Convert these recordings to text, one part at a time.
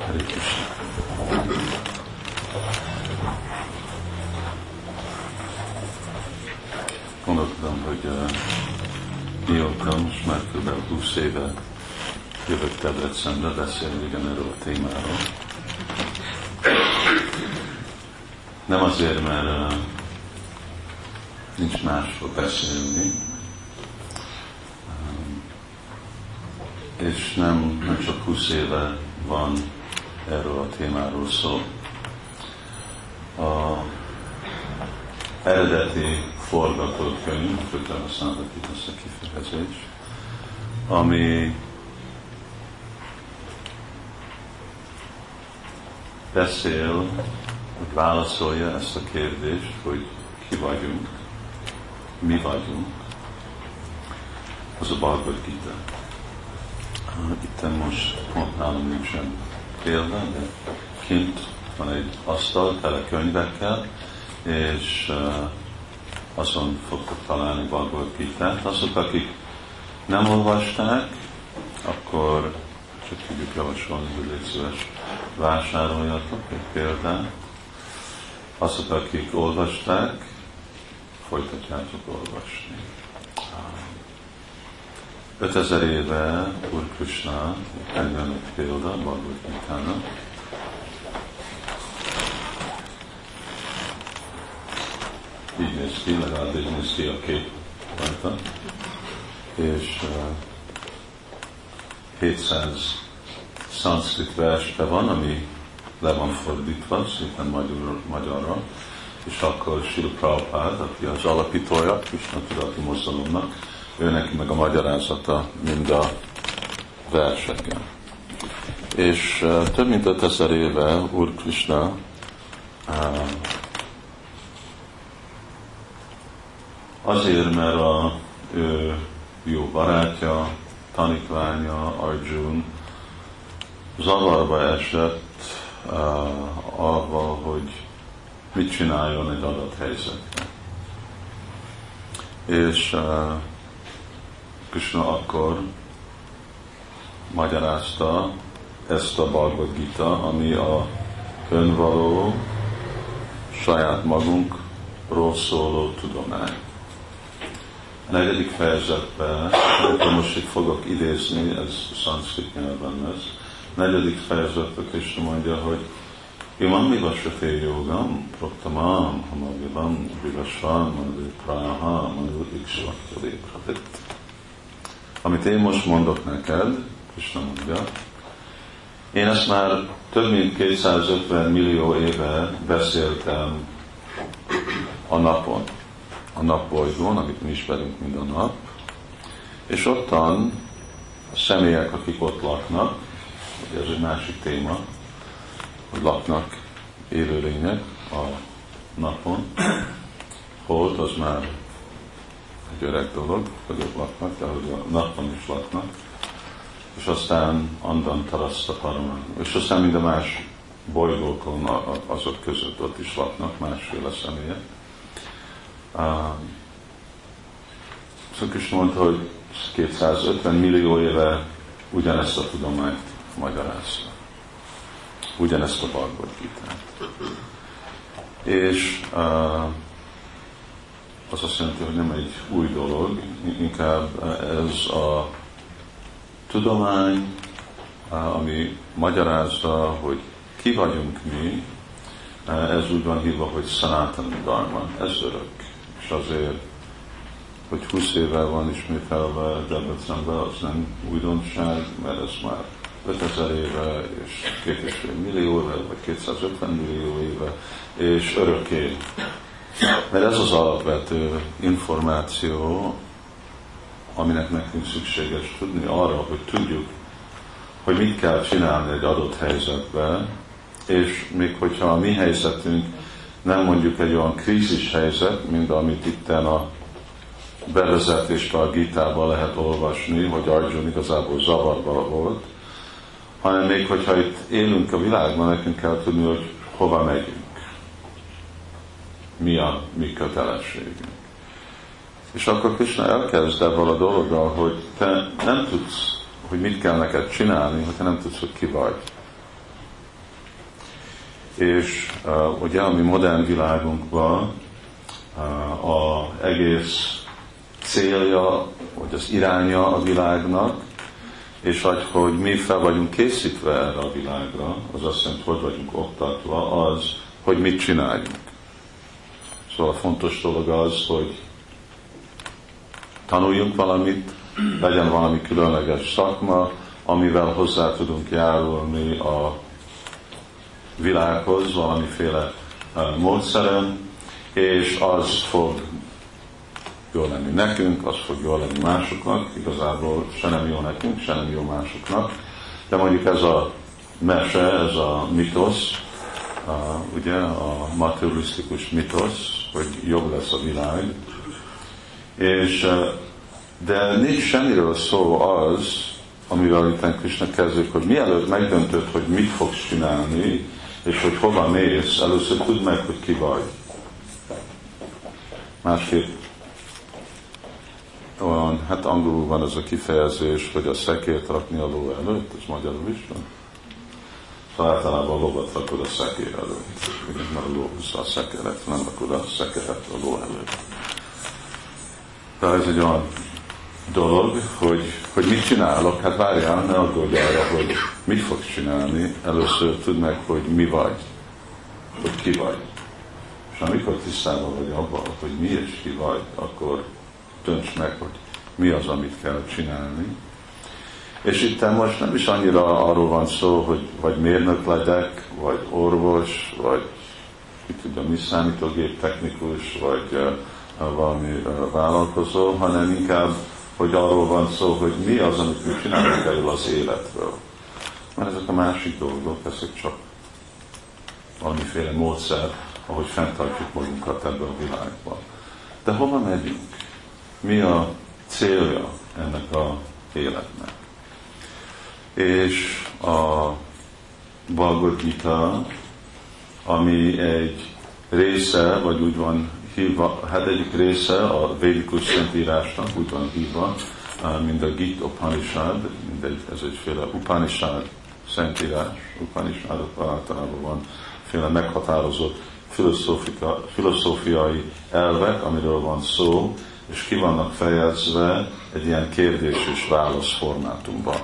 Hare Krishna. Gondolkodom, hogy mióta, most már kb. 20 éve jövök Debrecenbe beszélni igen erről a témáról. Nem azért, mert nincs másról beszélni, és nem csak 20 éve van erről a témáról szó. A eredeti forgatókönyv, hogyha használok itt ezt a kifejezést, ami beszél, hogy válaszolja ezt a kérdést, hogy ki vagyunk, mi vagyunk, az a Bhagavad Gita. Itt most pont nálam nincsen példa, de kint van egy asztal tele könyvekkel, és azon fogtok találni Bhagavad Gitát. Azok, akik nem olvasták, akkor csak tudjuk javasolni, hogy légy szíves, vásároljatok egy példát. Azok, akik olvasták, folytatjátok olvasni. 5000 éve Úr Krishna, ennél egy példa Bhagavad Gitának. Így néz ki, legalább így néz ki a kép rajta. És 700 szanszkrit versbe van, ami le van fordítva, szépen magyarra, és akkor Srila Prabhupád, aki az alapítója Krishna tudati mozgalomnak, ő neki meg a magyarázata mind a verseken. És több mint 5000 éve Úr Krishna azért, mert ő jó barátja, tanítványa, Arjun zavarba esett avval, hogy mit csináljon egy adott helyzetben. És Krishna akkor magyarázta ezt a Bhagavad Gita, ami a önvaló, saját magunkról szóló tudomány. A 4. fejezetben, most itt fogok idézni, ez szanszkrit nyelven lesz, a 4. fejezetben Krishna mondja, hogy Imam vivasate yogam proktamam hamavivam vivasvam praha manu ikshvaktali pravit. Amit én most mondok neked, Krishna mondja, én ezt már több mint 250 millió éve beszéltem a napon, a napbolygón, amit mi ismerünk mind a nap, és ottan a személyek, akik ott laknak, ez egy másik téma, hogy laknak élőlények a napon, hold az már egy öreg dolog, hogy ott laknak, de hogy a napon is laknak, és aztán Andan Taraszta Paraman, és aztán minden más bolygókon azok között ott is laknak másféle személyek. Szóval Krishna mondta, hogy 250 millió éve ugyanezt a tudományt magyarázta. Ugyanezt a Bhagavad Gitát. És az azt jelenti, hogy nem egy új dolog, inkább ez a tudomány, ami magyarázza, hogy ki vagyunk mi, ez úgy van hívva, hogy Sanatana Dharma, ez örök. És azért, hogy 20 éve van ismételve Debrecenben, az nem újdonság, mert ez már 5000 éve, és 2,5 millió éve, vagy 250 millió éve, és örökké. Mert ez az alapvető információ, aminek nekünk szükséges tudni arra, hogy tudjuk, hogy mit kell csinálni egy adott helyzetben, és még hogyha a mi helyzetünk nem mondjuk egy olyan krízis helyzet, mint amit itten a bevezetésben a Gitában lehet olvasni, hogy Arjun igazából zavarba volt, hanem még hogyha itt élünk a világban, nekünk kell tudni, hogy hova megyünk. Mi a mi kötelességünk. És akkor Krishna elkezd ebből a dologgal, hogy te nem tudsz, hogy mit kell neked csinálni, hogyha nem tudsz, hogy ki vagy. És ugye a mi modern világunkban az egész célja, vagy az iránya a világnak, és hogy mi fel vagyunk készítve erre a világra, az azt jelenti, hogy vagyunk oktatva, az, hogy mit csináljunk. Szóval a fontos dolog az, hogy tanuljunk valamit, legyen valami különleges szakma, amivel hozzá tudunk járulni a világhoz valamiféle módszeren, és az fog jól lenni nekünk, az fog jól lenni másoknak, igazából se nem jó nekünk, se nem jó másoknak, de mondjuk ez a mese, ez a mitosz, ugye a materialisztikus mitosz, hogy jobb lesz a világ, és de nincs semmiről szó az, amivel itt Krishna kezdődik, hogy mielőtt megdöntöd, hogy mit fogsz csinálni, és hogy hova mész, először tudd meg, hogy ki vagy. Másképp olyan, hát angolul van ez a kifejezés, hogy a szekért rakni a ló előtt, ez magyarul is van. Szóval általában a lovat rakod a szekér előtt. Mert a ló húzza a szekeret, nem rakod a szekeret a ló előtt. De ez egy olyan dolog, hogy mit csinálok, hát várjál, ne aggódj arra, hogy mit fogsz csinálni, először tudd meg, hogy mi vagy, hogy ki vagy. És amikor tisztában vagy abban, hogy mi és ki vagy, akkor dönts meg, hogy mi az, amit kell csinálni. És itt most nem is annyira arról van szó, hogy vagy mérnök legyek, vagy orvos, vagy mit tudja, mi számítógép technikus, vagy valami vállalkozó, hanem inkább, hogy arról van szó, hogy mi az, amit mi csinálunk elől az életről. Mert ezek a másik dolgok, ezek csak valamiféle módszer, ahogy fenntartjuk magunkat ebben a világban. De hova megyünk? Mi a célja ennek az életnek? És a Bhagavad Gita, ami egy része, vagy úgy van hívva, hát egyik része a védikus szentírásnak, úgy van hívva, mint a Gita Upanishad, ez egyféle Upanishad szentírás. Upanishadokban általában van féle meghatározott filozófiai elvek, amiről van szó, és ki vannak fejezve egy ilyen kérdés és válasz formátumban.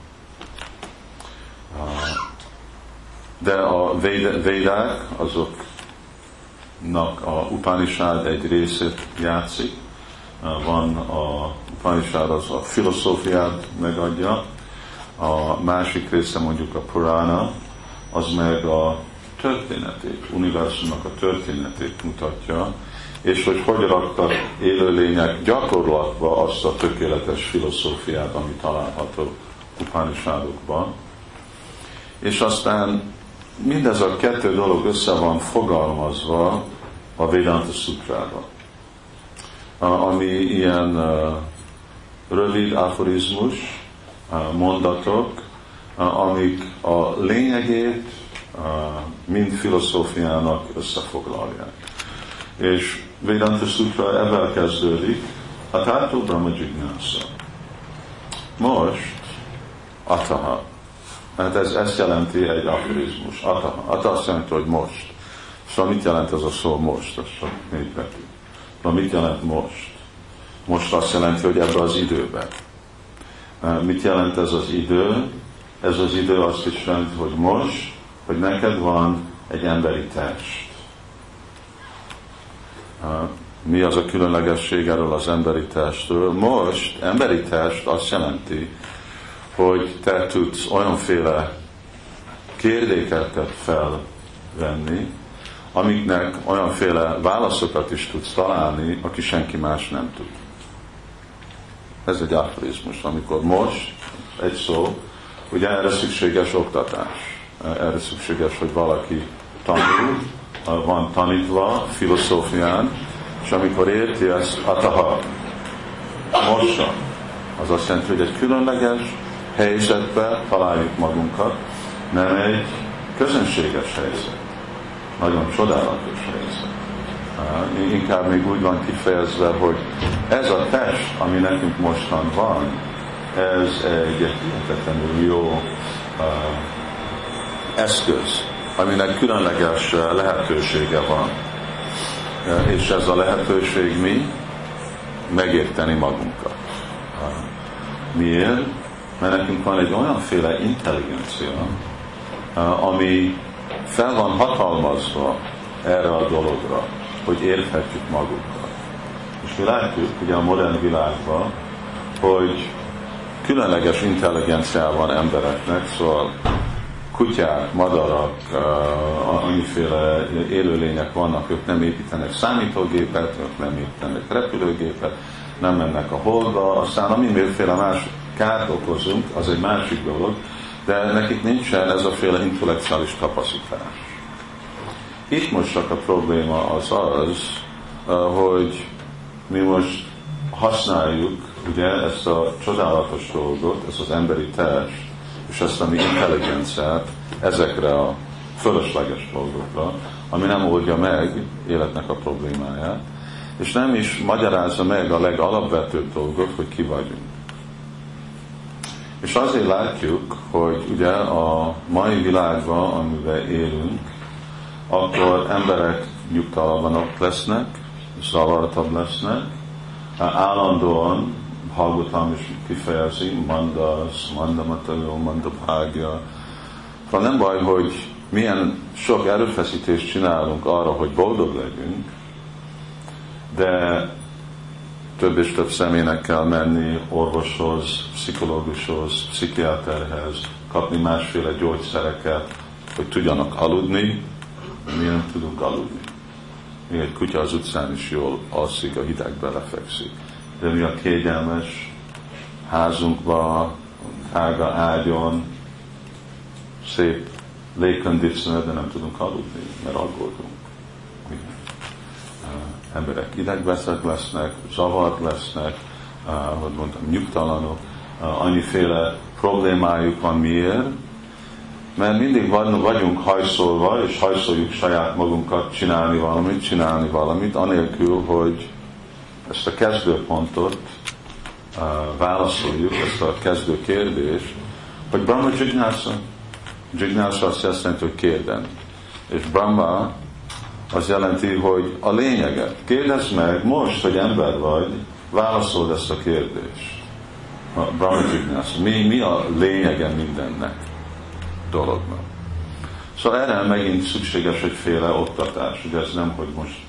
De a védák, azoknak a Upanishad egy részét játszik. Van a Upanishad, az a filozófiát megadja, a másik része mondjuk a Purana, az meg a történetét, univerzumnak a történetét mutatja, és hogy raktak élőlények gyakorlatba azt a tökéletes filozófiát, ami található Upanishadokban. És aztán mindez a kettő dolog össze van fogalmazva a Vedanta Sutrában, ami ilyen rövid aforizmus, mondatok, amik a lényegét mind filozófiának összefoglalják. És Vedanta Sutra ebben kezdődik, a Tato Brahma Jignasa. Most, Ataha. Hát ez ezt jelenti egy aforizmus. Ataha. Ataha azt jelenti, hogy most. Szóval mit jelent ez a szó most? Az csak 4 betű. Szóval mit jelent most? Most azt jelenti, hogy ebben az időben. Mit jelent ez az idő? Ez az idő azt is jelenti, hogy most, hogy neked van egy emberi test. Mi az a különlegesség erről az emberi testről? Most emberi test azt jelenti, hogy te tudsz olyanféle kérdéseket felvenni, amiknek olyanféle válaszokat is tudsz találni, aki senki más nem tud. Ez egy aforizmus, amikor most egy szó, ugye erre szükséges oktatás, erre szükséges, hogy valaki tanul, van tanítva filozófián, és amikor érti ezt, ataha, mostan, az azt jelenti, hogy egy különleges helyzetben találjuk magunkat, nem egy közönséges helyzet. Nagyon csodálatos helyzet. Inkább még úgy van kifejezve, hogy ez a test, ami nekünk mostan van, ez egy hihetetlenül jó eszköz aminek különleges lehetősége van. És ez a lehetőség mi? Megérteni magunkat. Miért? Mert nekünk van egy olyanféle intelligencia, ami fel van hatalmazva erre a dologra, hogy érthetjük magunkat. És mi látjuk ugye a modern világban, hogy különleges intelligencia van embereknek, szóval kutyák, madarak, annyiféle élőlények vannak, ők nem építenek számítógépet, ők nem építenek repülőgépet, nem mennek a Holdba, aztán amiféle más kárt okozunk, az egy másik dolog, de nekik nincsen ez a féle intellektuális kapacitás. Itt most csak a probléma az, hogy mi most használjuk ugye ezt a csodálatos dolgot, ezt az emberi test, és ezt a mi intelligenciát ezekre a fölösleges dolgokra, ami nem oldja meg életnek a problémáját, és nem is magyarázza meg a legalapvetőbb dolgot, hogy ki vagyunk. És azért látjuk, hogy ugye a mai világban, amiben élünk, akkor emberek nyugtalanok lesznek, zavartabb lesznek, állandóan Bhagavatam is kifejezi, mandas, mandamatajó, mandabhágya. Nem baj, hogy milyen sok erőfeszítést csinálunk arra, hogy boldog legyünk, de több és több személynek kell menni orvoshoz, pszichológushoz, pszichiáterhez, kapni másféle gyógyszereket, hogy tudjanak aludni, mi nem tudunk aludni. Még egy kutya az utcán is jól alszik, a hidegbe lefekszik. De mi a kényelmes házunkban, tága ágyon, szép légkondicionál, de nem tudunk aludni, mert aggódunk. Emberek idegbeszek lesznek, zavart lesznek, hogy mondtam, nyugtalanok, annyiféle problémájuk van. Miért? Mert mindig vagyunk hajszolva, és hajszoljuk saját magunkat csinálni valamit, anélkül, hogy ezt a kezdőpontot válaszoljuk, ezt a kezdő kérdést, hogy Brahma Jignásza. Jignásza azt jelenti, hogy kérdeni. És Brahma az jelenti, hogy a lényeget. Kérdezd meg most, hogy ember vagy, válaszold ezt a kérdést. A Brahma Jignásza. Mi a lényege mindennek, dolognak? Szóval erre megint szükséges egyféle oktatás. Ugye ez nem, hogy most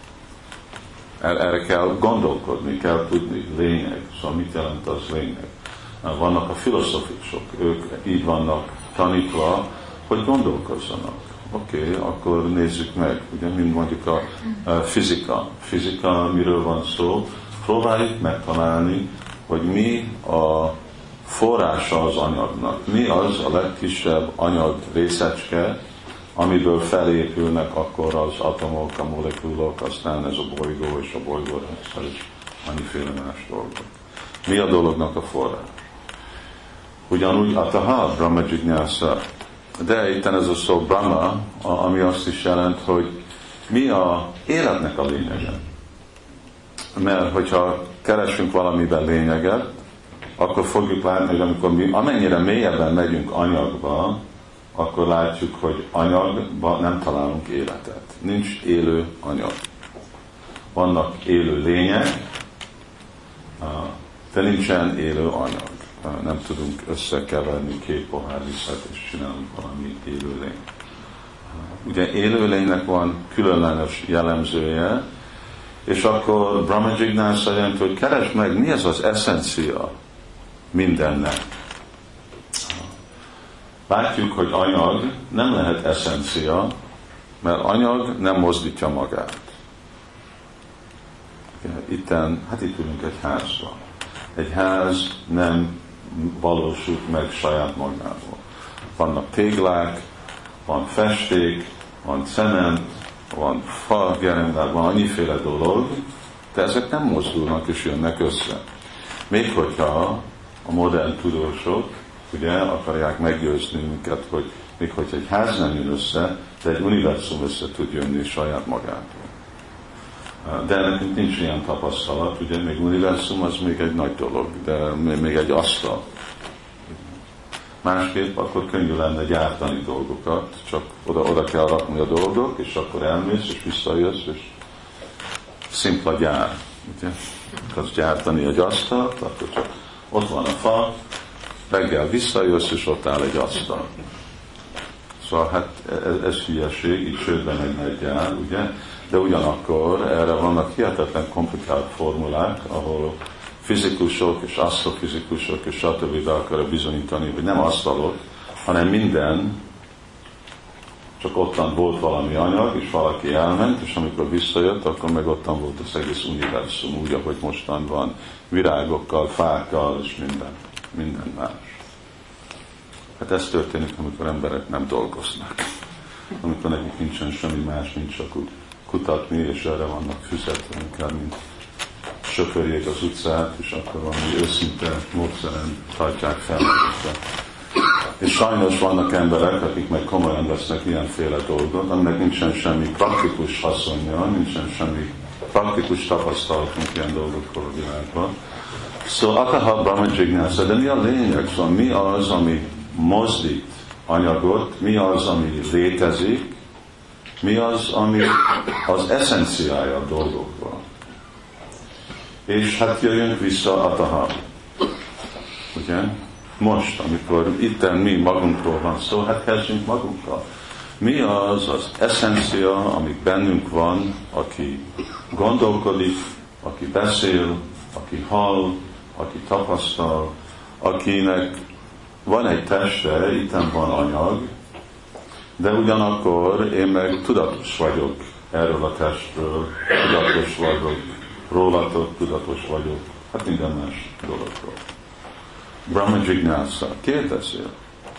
erre kell gondolkodni, kell tudni, lényeg. Szóval mit jelent az lényeg? Vannak a filozófusok, ők így vannak tanítva, hogy gondolkozzanak. Oké, akkor nézzük meg, ugye, mint mondjuk a fizika. Fizika, miről van szó? Próbáljuk megtalálni, hogy mi a forrása az anyagnak. Mi az a legkisebb anyag részecske, amiből felépülnek akkor az atomok, a molekulok, aztán ez a bolygó és a bolygórendszer is annyiféle más dolgok. Mi a dolognak a forrás? Ugyanúgy Ataha, Brahma Jignásza. De itt ez a szó Brahma, ami azt is jelent, hogy mi a életnek a lényege. Mert hogyha keresünk valamiben lényeget, akkor fogjuk látni, hogy amikor mi amennyire mélyebben megyünk anyagba, akkor látjuk, hogy anyagban nem találunk életet. Nincs élő anyag. Vannak élő lények, de nincsen élő anyag. Nem tudunk összekeverni két pohár viszet és csinálni valami élőlény. Ugye élőlénynek van különleges jellemzője, és akkor Brahma Jignásza jelenti, hogy keresd meg, mi ez az eszencia mindennek. Látjuk, hogy anyag nem lehet eszencia, mert anyag nem mozdítja magát. Itt ülünk egy házban. Egy ház nem valósult meg saját magából. Vannak téglák, van festék, van cement, van fa, gerendák, van annyiféle dolog, de ezek nem mozdulnak és jönnek össze. Még hogyha a modern tudósok ugye akarják meggyőzni minket, hogy még hogyha egy ház nem jön össze, de egy univerzum össze tud jönni saját magától. De nekünk nincs ilyen tapasztalat, ugye még univerzum az még egy nagy dolog, de még egy asztal. Másképp akkor könnyű lenne gyártani dolgokat, csak oda kell rakni a dolgok, és akkor elmész, és visszajössz, és szimpla gyár. Ugye? Akarsz gyártani egy asztalt, akkor csak ott van a fa, reggel visszajössz, és ott áll egy asztal. Szóval hát ez hülyeség, így csődbe megy egy gyár, ugye? De ugyanakkor erre vannak hihetetlen komplikált formulák, ahol fizikusok és asztrofizikusok és stb. Be akarja bizonyítani, hogy nem asztalok, hanem minden, csak ottan volt valami anyag, és valaki elment, és amikor visszajött, akkor meg ottan volt az egész univerzum, úgy, ahogy mostan van, virágokkal, fákkal, és minden más. Hát ez történik, amikor emberek nem dolgoznak. Amikor nekik nincsen semmi más, mint csak úgy kutatni, és erre vannak fizetve, inkább, mint söpörjék az utcát, és akkor valami őszinte módszeren tartják fel. És sajnos vannak emberek, akik meg komolyan vesznek ilyenféle dolgot, aminek nincsen semmi praktikus haszonja, nincsen semmi praktikus tapasztalatunk ilyen dolgokról a világban. Szóval Ataha Brahma Jignásza, de mi a lényeg? Szóval mi az, ami mozdít anyagot, mi az, ami létezik, mi az, ami az eszenciája a dolgokban. És hát jöjjünk vissza Ataha. Ugye? Most, amikor itten mi magunkról van szó, hát kezdjünk magunkkal. Mi az az eszencia, ami bennünk van, aki gondolkodik, aki beszél, aki hall, aki tapasztal, akinek van egy teste, itten van anyag, de ugyanakkor én meg tudatos vagyok erről a testről, tudatos vagyok rólatok, tudatos vagyok, hát minden más dologról. Brahma Jignásza, kérdezzél.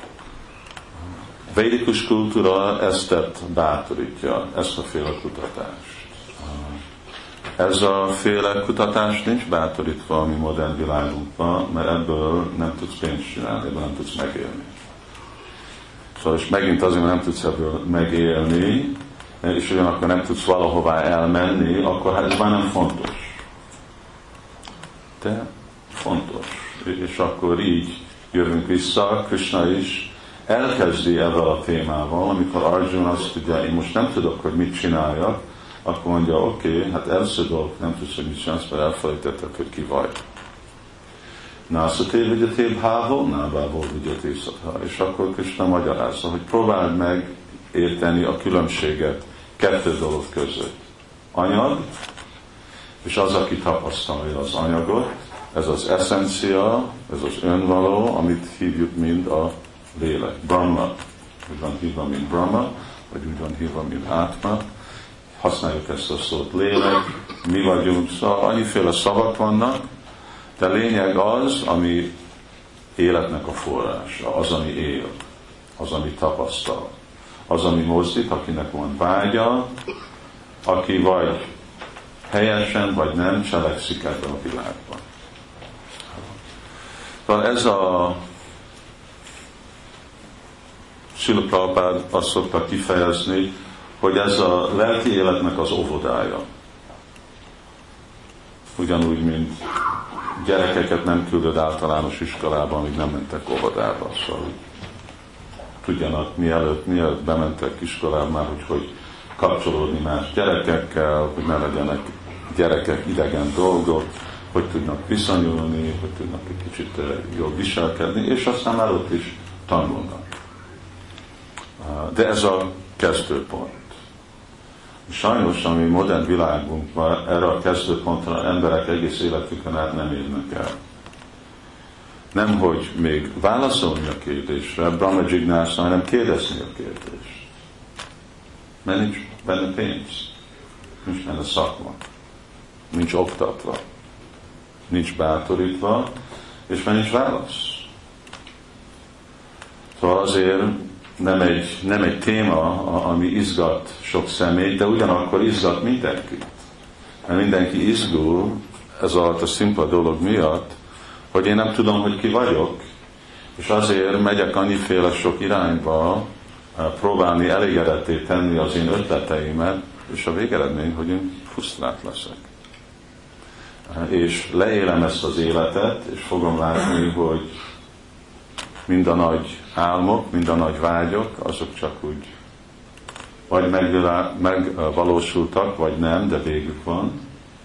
Védikus kultúra ezt bátorítja, ezt a féle kutatást. Ez a féle kutatás nincs bátorítva a mi modern világunkban, mert ebből nem tudsz pénzt csinálni, ebből nem tudsz megélni. Szóval és megint azért, mert nem tudsz ebből megélni, és ugyanakkor nem tudsz valahová elmenni, akkor hát ez már nem fontos. De fontos. És akkor így jövünk vissza, Krishna is elkezdi ezzel a témával, amikor Arjuna azt tudja, én most nem tudok, hogy mit csináljak, akkor mondja, oké, hát első dolog, nem tudsz, hogy mit csinálsz, mert elfelejtettek, hogy ki vagy. Nászaté vigyaté bhávó, nábávó vigyaté szatha. És akkor Krishna magyarázza, hogy próbáld meg érteni a különbséget kettő dolog között. Anyag, és az, aki tapasztalja az anyagot, ez az eszencia, ez az önvaló, amit hívjuk mind a lélek. Brahma, úgy van hívva, mint Brahma, vagy úgy van hívva, mint Átma. Használjuk ezt a szót lélek, mi vagyunk, szóval annyiféle szavak vannak, de lényeg az, ami életnek a forrása, az, ami él, az, ami tapasztal, az, ami mozdít, akinek van vágya, aki vagy helyesen, vagy nem cselekszik ebben a világban. Tehát ez a Srila Prabhupád azt szokta kifejezni, hogy ez a lelki életnek az óvodája. Ugyanúgy, mint gyerekeket nem küldöd általános iskolába, amíg nem mentek óvodába. Szóval tudjanak mielőtt bementek iskolába már, hogy kapcsolódni más gyerekekkel, hogy ne legyenek gyerekek idegen dolgok, hogy tudnak viszonyulni, hogy tudnak egy kicsit jól viselkedni, és aztán már ott is tanulnak. De ez a kezdőpont. Sajnos, ami modern világunkban erre a kezdőpontra emberek egész életükön át nem érnek el. Nem, hogy még válaszolni a kérdésre, Brahma Jignásza, hanem kérdezni a kérdést. Mert nincs benne pénz, nincs benne szakma, nincs oktatva, nincs bátorítva, és már nincs válasz. Szóval azért nem egy téma, ami izgat sok személyt, de ugyanakkor izgat mindenkit. Mert mindenki izgul ez alatt a szimpla dolog miatt, hogy én nem tudom, hogy ki vagyok, és azért megyek annyiféle sok irányba próbálni elégedetté tenni az én ötleteimet, és a végeredmény, hogy én frusztrált leszek. És leélem ezt az életet, és fogom látni, hogy mind a nagy álmok, mind a nagy vágyok, azok csak úgy vagy megvalósultak, vagy nem, de végük van.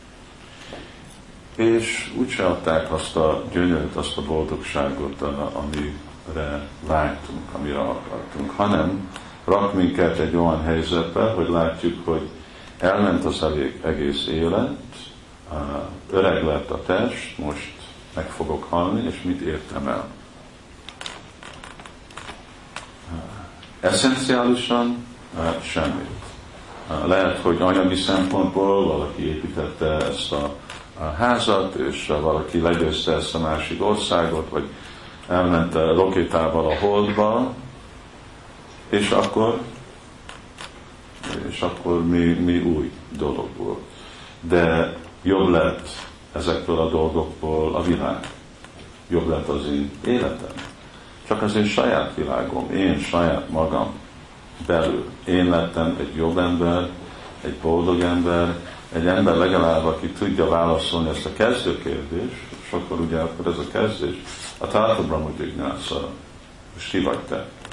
És úgyse adták azt a gyönyört, azt a boldogságot, amire vágytunk, amire akartunk, hanem rak minket egy olyan helyzetbe, hogy látjuk, hogy elment az egész élet, öreg lett a test, most meg fogok halni, és mit értem el? Eszenciálisan semmit. Lehet, hogy anyagi szempontból valaki építette ezt a házat, és valaki legyőzte ezt a másik országot, vagy elment a rakétával a Holdba, és akkor mi új dolog volt. De jobb lett ezekből a dolgokból a világ. Jobb lett az én életem. Csak az én saját világom, én saját magam belül. Én lettem egy jobb ember, egy boldog ember, egy ember legalább, aki tudja válaszolni ezt a kezdőkérdést, és akkor ugye akkor ez a kezdés, a Tárta Brahma Jignásza, és ki vagy te?